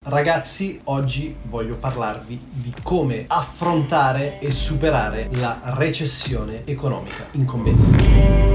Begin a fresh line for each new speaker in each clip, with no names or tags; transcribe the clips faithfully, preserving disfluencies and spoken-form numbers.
Ragazzi, oggi voglio parlarvi di come affrontare e superare la recessione economica incombente.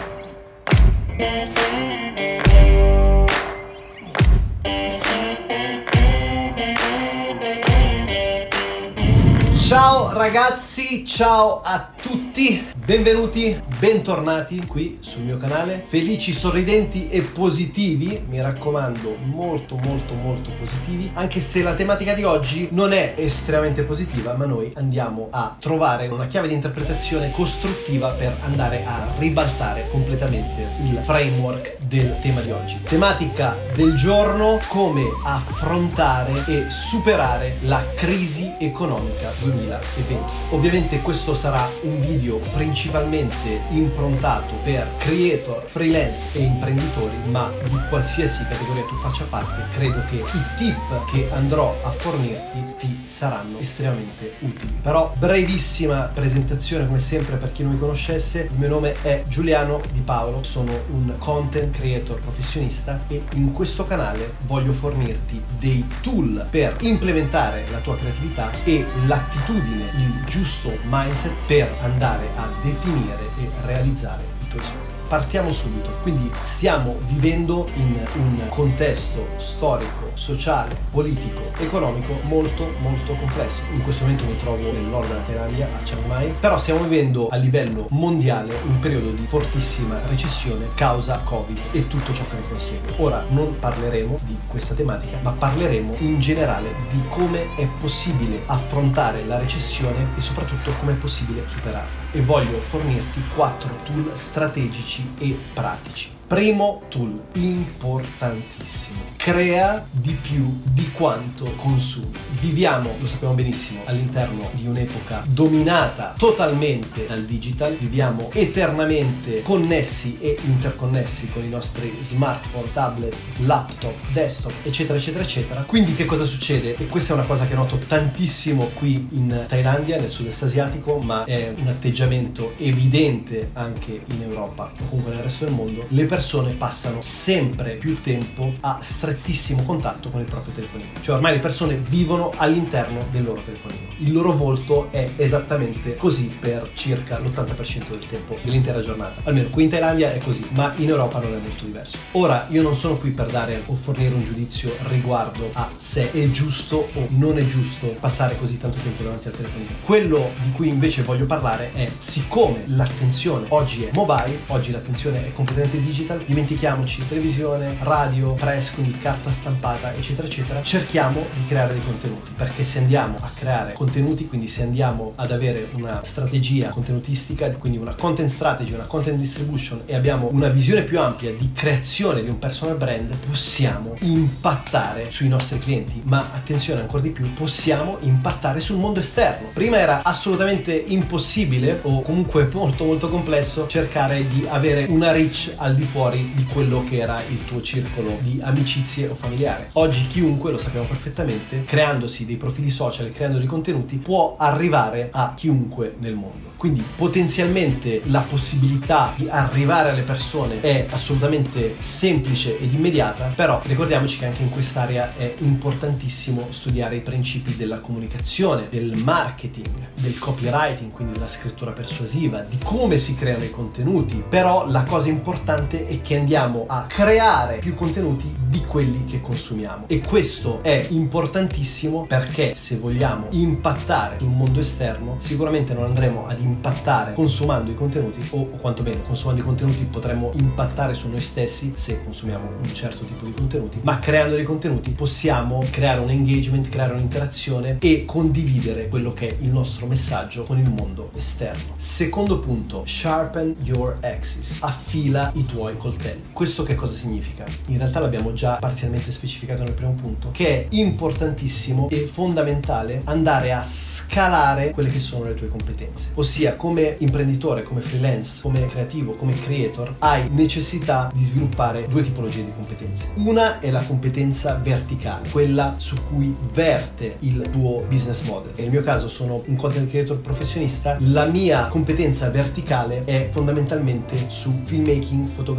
Ciao ragazzi, ciao a tutti, benvenuti, bentornati qui sul mio canale. Felici, sorridenti e positivi, mi raccomando, molto molto molto positivi, anche se la tematica di oggi non è estremamente positiva, ma noi andiamo a trovare una chiave di interpretazione costruttiva per andare a ribaltare completamente il framework del tema di oggi. Tematica del giorno: come affrontare e superare la crisi economica duemilaventi. Ovviamente questo sarà un video principalmente improntato per creator, freelance e imprenditori, ma di qualsiasi categoria tu faccia parte, credo che i tip che andrò a fornirti ti saranno estremamente utili. Però brevissima presentazione come sempre per chi non mi conoscesse: il mio nome è Giuliano Di Paolo, sono un content creator professionista e in questo canale voglio fornirti dei tool per implementare la tua creatività e l'attitudine, il giusto mindset per andare a definire e realizzare i tuoi sogni. Partiamo subito. Quindi stiamo vivendo in un contesto storico, sociale, politico, economico molto molto complesso. In questo momento mi trovo nel nord della Thailandia, a Chiang Mai, però stiamo vivendo a livello mondiale un periodo di fortissima recessione causa Covid e tutto ciò che ne consegue. Ora non parleremo di questa tematica, ma parleremo in generale di come è possibile affrontare la recessione e soprattutto come è possibile superarla. E voglio fornirti quattro tool strategici e pratici. Primo tool importantissimo: crea di più di quanto consumi. Viviamo, lo sappiamo benissimo, all'interno di un'epoca dominata totalmente dal digital. Viviamo eternamente connessi e interconnessi con i nostri smartphone, tablet, laptop, desktop, eccetera eccetera eccetera. Quindi che cosa succede? E questa è una cosa che noto tantissimo qui in Thailandia, nel sud-est asiatico, ma è un atteggiamento evidente anche in Europa o comunque nel resto del mondo. Le persone passano sempre più tempo a strettissimo contatto con il proprio telefonino. Cioè ormai le persone vivono all'interno del loro telefonino. Il loro volto è esattamente così per circa l'ottanta per cento del tempo dell'intera giornata. Almeno qui in Thailandia è così, ma in Europa non è molto diverso. Ora, io non sono qui per dare o fornire un giudizio riguardo a se è giusto o non è giusto passare così tanto tempo davanti al telefonino. Quello di cui invece voglio parlare è: siccome l'attenzione oggi è mobile, oggi l'attenzione è completamente digital, dimentichiamoci televisione, radio, press, quindi carta stampata, eccetera eccetera, cerchiamo di creare dei contenuti, perché se andiamo a creare contenuti, quindi se andiamo ad avere una strategia contenutistica, quindi una content strategy, una content distribution, e abbiamo una visione più ampia di creazione di un personal brand, possiamo impattare sui nostri clienti, ma attenzione ancora di più, possiamo impattare sul mondo esterno. Prima era assolutamente impossibile o comunque molto molto complesso cercare di avere una reach al di fuori di quello che era il tuo circolo di amicizie o familiare. Oggi chiunque, lo sappiamo perfettamente, creandosi dei profili social e creando dei contenuti, può arrivare a chiunque nel mondo. Quindi potenzialmente la possibilità di arrivare alle persone è assolutamente semplice ed immediata, però ricordiamoci che anche in quest'area è importantissimo studiare i principi della comunicazione, del marketing, del copywriting, quindi della scrittura persuasiva, di come si creano i contenuti. Però la cosa importante è che andiamo a creare più contenuti di quelli che consumiamo, e questo è importantissimo perché se vogliamo impattare sul mondo esterno sicuramente non andremo ad impattare consumando i contenuti, o, o quantomeno consumando i contenuti potremmo impattare su noi stessi se consumiamo un certo tipo di contenuti, ma creando dei contenuti possiamo creare un engagement, creare un'interazione e condividere quello che è il nostro messaggio con il mondo esterno. Secondo punto: sharpen your axis, affila i tuoi coltelli. Questo che cosa significa? In realtà l'abbiamo già parzialmente specificato nel primo punto, che è importantissimo e fondamentale andare a scalare quelle che sono le tue competenze, ossia Ossia, come imprenditore, come freelance, come creativo, come creator, hai necessità di sviluppare due tipologie di competenze. Una è la competenza verticale, quella su cui verte il tuo business model. Nel mio caso sono un content creator professionista, la mia competenza verticale è fondamentalmente su filmmaking, fotografia,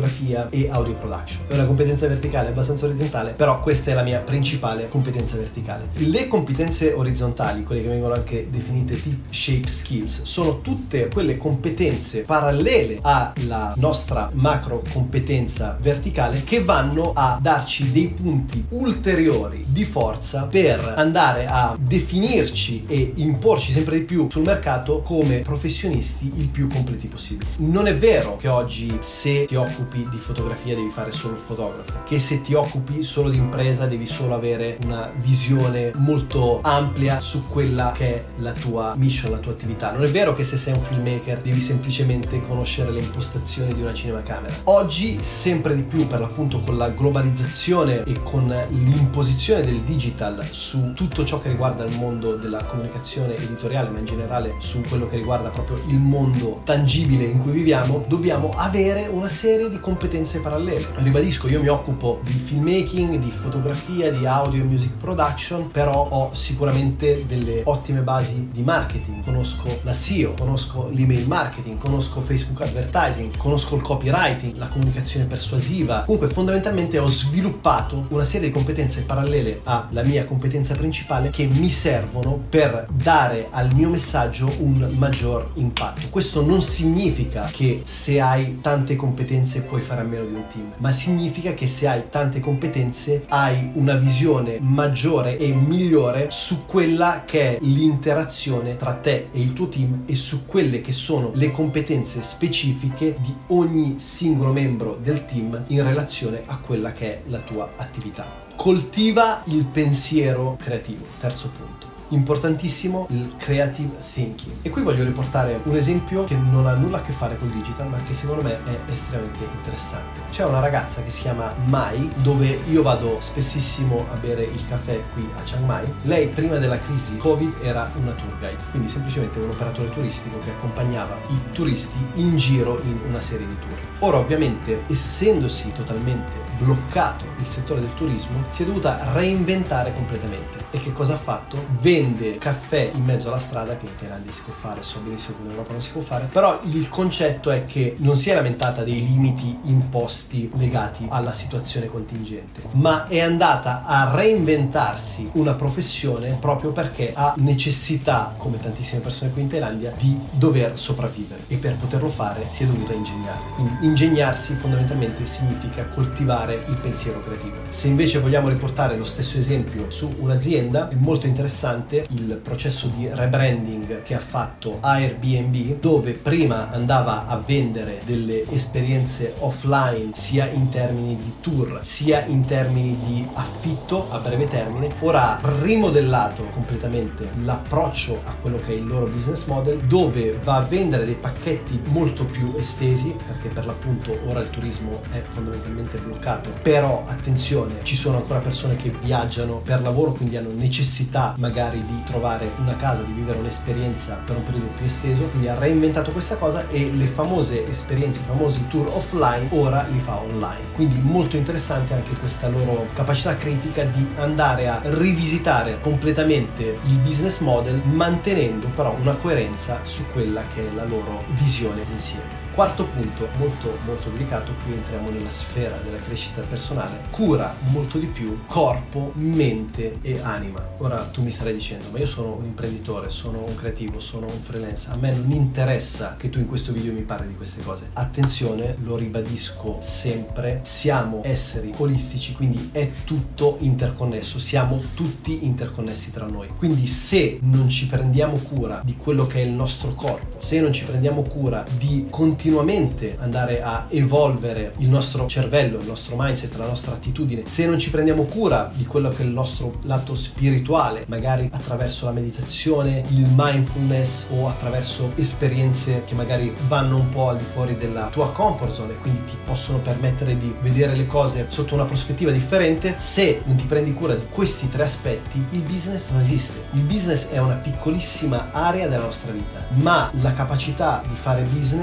fotografia e audio production. È una competenza verticale abbastanza orizzontale, però questa è la mia principale competenza verticale. Le competenze orizzontali, quelle che vengono anche definite tip shape skills, sono tutte quelle competenze parallele alla nostra macro competenza verticale che vanno a darci dei punti ulteriori di forza per andare a definirci e imporci sempre di più sul mercato come professionisti il più completi possibile. Non è vero che oggi se ti occupi di fotografia devi fare solo il fotografo, che se ti occupi solo di impresa devi solo avere una visione molto amplia su quella che è la tua mission, la tua attività. Non è vero che se sei un filmmaker devi semplicemente conoscere le impostazioni di una cinemacamera. Oggi sempre di più, per l'appunto con la globalizzazione e con l'imposizione del digital su tutto ciò che riguarda il mondo della comunicazione editoriale, ma in generale su quello che riguarda proprio il mondo tangibile in cui viviamo, dobbiamo avere una serie di competenze parallele. Ribadisco, io mi occupo di filmmaking, di fotografia, di audio e music production, però ho sicuramente delle ottime basi di marketing. Conosco la S E O, conosco l'email marketing, conosco Facebook advertising, conosco il copywriting, la comunicazione persuasiva. Comunque fondamentalmente ho sviluppato una serie di competenze parallele alla mia competenza principale che mi servono per dare al mio messaggio un maggior impatto. Questo non significa che se hai tante competenze puoi fare a meno di un team, ma significa che se hai tante competenze hai una visione maggiore e migliore su quella che è l'interazione tra te e il tuo team e su quelle che sono le competenze specifiche di ogni singolo membro del team in relazione a quella che è la tua attività. Coltiva il pensiero creativo. Terzo punto. Importantissimo il creative thinking. E qui voglio riportare un esempio che non ha nulla a che fare col digital, ma che secondo me è estremamente interessante. C'è una ragazza che si chiama Mai, dove io vado spessissimo a bere il caffè qui a Chiang Mai. Lei prima della crisi Covid era una tour guide, quindi semplicemente un operatore turistico che accompagnava i turisti in giro in una serie di tour. Ora ovviamente, essendosi totalmente bloccato il settore del turismo, si è dovuta reinventare completamente. E che cosa ha fatto? Vende caffè in mezzo alla strada, che in Thailandia si può fare, so benissimo che in Europa non si può fare, però il concetto è che non si è lamentata dei limiti imposti legati alla situazione contingente, ma è andata a reinventarsi una professione proprio perché ha necessità, come tantissime persone qui in Thailandia, di dover sopravvivere, e per poterlo fare si è dovuta ingegnare. Quindi ingegnarsi fondamentalmente significa coltivare il pensiero creativo. Se invece vogliamo riportare lo stesso esempio su un'azienda, è molto interessante il processo di rebranding che ha fatto Airbnb, dove prima andava a vendere delle esperienze offline sia in termini di tour sia in termini di affitto a breve termine. Ora ha rimodellato completamente l'approccio a quello che è il loro business model, dove va a vendere dei pacchetti molto più estesi, perché per l'appunto ora il turismo è fondamentalmente bloccato. Però attenzione, ci sono ancora persone che viaggiano per lavoro, quindi hanno necessità magari di trovare una casa, di vivere un'esperienza per un periodo più esteso, quindi ha reinventato questa cosa e le famose esperienze, i famosi tour offline ora li fa online. Quindi molto interessante anche questa loro capacità critica di andare a rivisitare completamente il business model, mantenendo però una coerenza su quella che è la loro visione insieme. Quarto punto, molto molto delicato, qui entriamo nella sfera della crescita personale. Cura molto di più corpo, mente e anima. Ora tu mi starai dicendo, ma io sono un imprenditore, sono un creativo, sono un freelance, a me non interessa che tu in questo video mi parli di queste cose. Attenzione, lo ribadisco sempre, siamo esseri olistici, quindi è tutto interconnesso, siamo tutti interconnessi tra noi. Quindi se non ci prendiamo cura di quello che è il nostro corpo, se non ci prendiamo cura di continuare continuamente andare a evolvere il nostro cervello, il nostro mindset, la nostra attitudine, se non ci prendiamo cura di quello che è il nostro lato spirituale, magari attraverso la meditazione, il mindfulness o attraverso esperienze che magari vanno un po' al di fuori della tua comfort zone e quindi ti possono permettere di vedere le cose sotto una prospettiva differente, se non ti prendi cura di questi tre aspetti, il business non esiste. Il business è una piccolissima area della nostra vita, ma la capacità di fare business è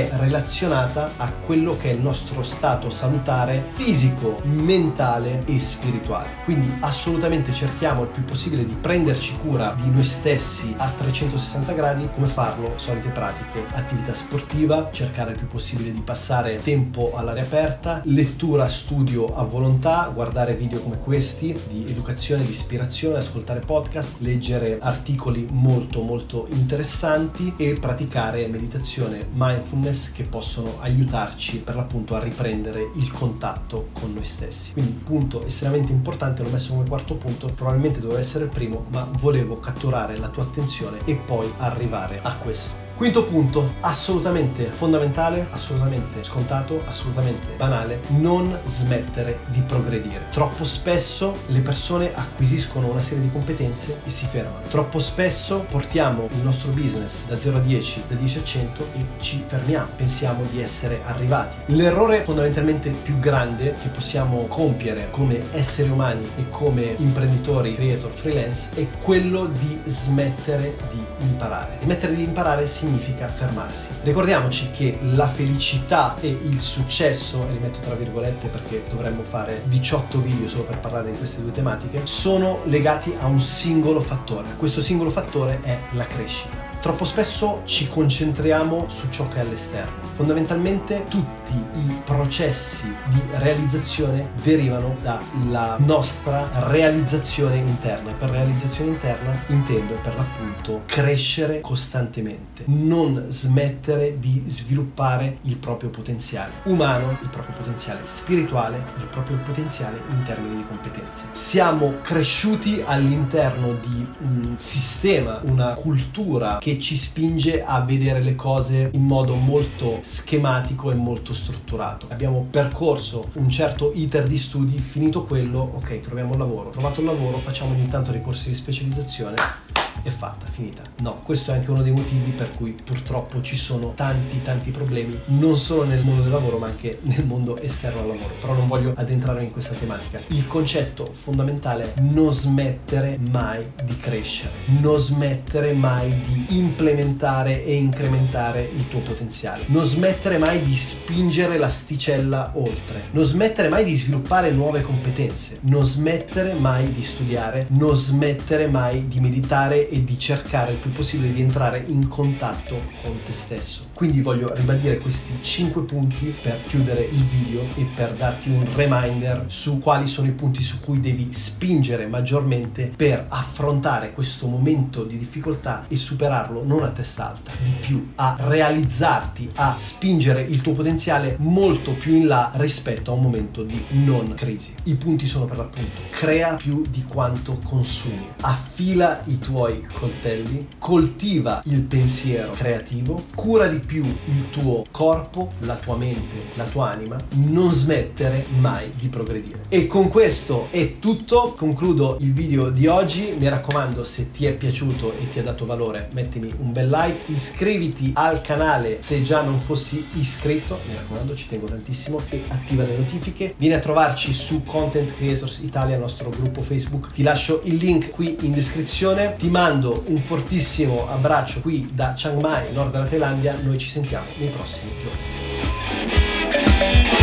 è relazionata a quello che è il nostro stato salutare fisico, mentale e spirituale. Quindi assolutamente cerchiamo il più possibile di prenderci cura di noi stessi a trecentosessanta gradi. Come farlo? Solite pratiche, attività sportiva, cercare il più possibile di passare tempo all'aria aperta, lettura, studio a volontà, guardare video come questi di educazione, di ispirazione, ascoltare podcast, leggere articoli molto molto interessanti e praticare meditazione, mindfulness, che possono aiutarci per l'appunto a riprendere il contatto con noi stessi. Quindi punto estremamente importante, l'ho messo come quarto punto, probabilmente doveva essere il primo, ma volevo catturare la tua attenzione e poi arrivare a questo. Quinto punto, assolutamente fondamentale, assolutamente scontato, assolutamente banale: non smettere di progredire. Troppo spesso le persone acquisiscono una serie di competenze e si fermano. Troppo spesso portiamo il nostro business da zero a dieci, da dieci a cento e ci fermiamo, pensiamo di essere arrivati. L'errore fondamentalmente più grande che possiamo compiere come esseri umani e come imprenditori, creator, freelance è quello di smettere di imparare. Smettere di imparare significa fermarsi. Ricordiamoci che la felicità e il successo, e li metto tra virgolette perché dovremmo fare diciotto video solo per parlare di queste due tematiche, sono legati a un singolo fattore. Questo singolo fattore è la crescita. Troppo spesso ci concentriamo su ciò che è all'esterno. Fondamentalmente tutti i processi di realizzazione derivano dalla nostra realizzazione interna. Per realizzazione interna intendo per l'appunto crescere costantemente, non smettere di sviluppare il proprio potenziale umano, il proprio potenziale spirituale, il proprio potenziale in termini di competenze. Siamo cresciuti all'interno di un sistema, una cultura che ci spinge a vedere le cose in modo molto schematico e molto strutturato. Abbiamo percorso un certo iter di studi, finito quello, ok, troviamo un lavoro, trovato il lavoro, facciamo ogni tanto dei corsi di specializzazione, è fatta, finita. No, questo è anche uno dei motivi per cui purtroppo ci sono tanti tanti problemi, non solo nel mondo del lavoro ma anche nel mondo esterno al lavoro, però non voglio addentrarmi in questa tematica. Il concetto fondamentale è non smettere mai di crescere, non smettere mai di implementare e incrementare il tuo potenziale, non smettere mai di spingere l'asticella oltre, non smettere mai di sviluppare nuove competenze, non smettere mai di studiare, non smettere mai di meditare e di cercare il più possibile di entrare in contatto con te stesso. Quindi voglio ribadire questi cinque punti per chiudere il video e per darti un reminder su quali sono i punti su cui devi spingere maggiormente per affrontare questo momento di difficoltà e superarlo non a testa alta, di più a realizzarti, a spingere il tuo potenziale molto più in là rispetto a un momento di non crisi. I punti sono per l'appunto: crea più di quanto consumi, affila i tuoi coltelli, coltiva il pensiero creativo, cura di più il tuo corpo, la tua mente, la tua anima, non smettere mai di progredire. E con questo è tutto, concludo il video di oggi. Mi raccomando, se ti è piaciuto e ti ha dato valore, mettimi un bel like, iscriviti al canale se già non fossi iscritto, mi raccomando, ci tengo tantissimo, e attiva le notifiche. Vieni a trovarci su Content Creators Italia, il nostro gruppo Facebook, ti lascio il link qui in descrizione. Ti mando un fortissimo abbraccio qui da Chiang Mai, nord della Thailandia. Noi ci sentiamo nei prossimi giorni.